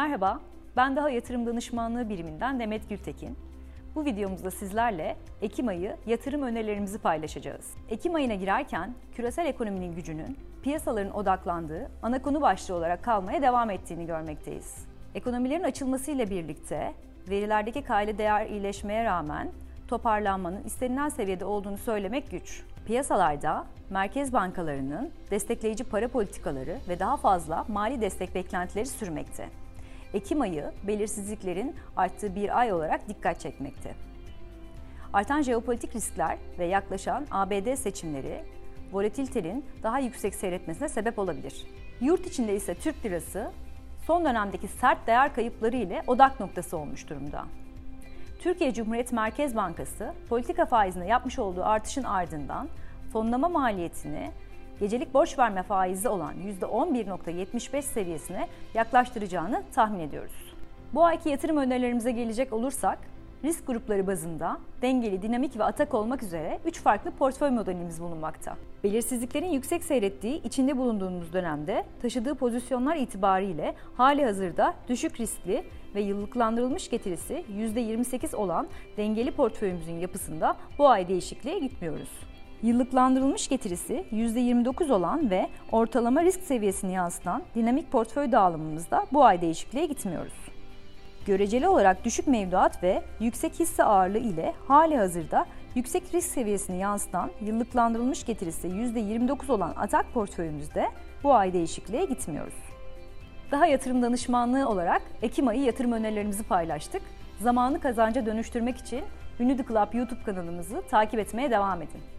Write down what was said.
Merhaba, ben Daha Yatırım Danışmanlığı Biriminden Demet Gültekin. Bu videomuzda sizlerle Ekim ayı yatırım önerilerimizi paylaşacağız. Ekim ayına girerken küresel ekonominin gücünün piyasaların odaklandığı ana konu başlığı olarak kalmaya devam ettiğini görmekteyiz. Ekonomilerin açılmasıyla birlikte verilerdeki kayda değer iyileşmeye rağmen toparlanmanın istenilen seviyede olduğunu söylemek güç. Piyasalarda merkez bankalarının destekleyici para politikaları ve daha fazla mali destek beklentileri sürmekte. Ekim ayı belirsizliklerin arttığı bir ay olarak dikkat çekmekte. Artan jeopolitik riskler ve yaklaşan ABD seçimleri volatilitenin daha yüksek seyretmesine sebep olabilir. Yurt içinde ise Türk lirası son dönemdeki sert değer kayıpları ile odak noktası olmuş durumda. Türkiye Cumhuriyet Merkez Bankası politika faizine yapmış olduğu artışın ardından fonlama maliyetini gecelik borç verme faizi olan %11.75 seviyesine yaklaştıracağını tahmin ediyoruz. Bu ayki yatırım önerilerimize gelecek olursak, risk grupları bazında dengeli, dinamik ve atak olmak üzere 3 farklı portföy modelimiz bulunmakta. Belirsizliklerin yüksek seyrettiği içinde bulunduğumuz dönemde taşıdığı pozisyonlar itibariyle hali hazırda düşük riskli ve yıllıklandırılmış getirisi %28 olan dengeli portföyümüzün yapısında bu ay değişikliğe gitmiyoruz. Yıllıklandırılmış getirisi %29 olan ve ortalama risk seviyesini yansıtan dinamik portföy dağılımımızda bu ay değişikliğe gitmiyoruz. Göreceli olarak düşük mevduat ve yüksek hisse ağırlığı ile hali hazırda yüksek risk seviyesini yansıtan yıllıklandırılmış getirisi %29 olan atak portföyümüzde bu ay değişikliğe gitmiyoruz. Daha yatırım danışmanlığı olarak Ekim ayı yatırım önerilerimizi paylaştık. Zamanı kazanca dönüştürmek için Ünlü The Club YouTube kanalımızı takip etmeye devam edin.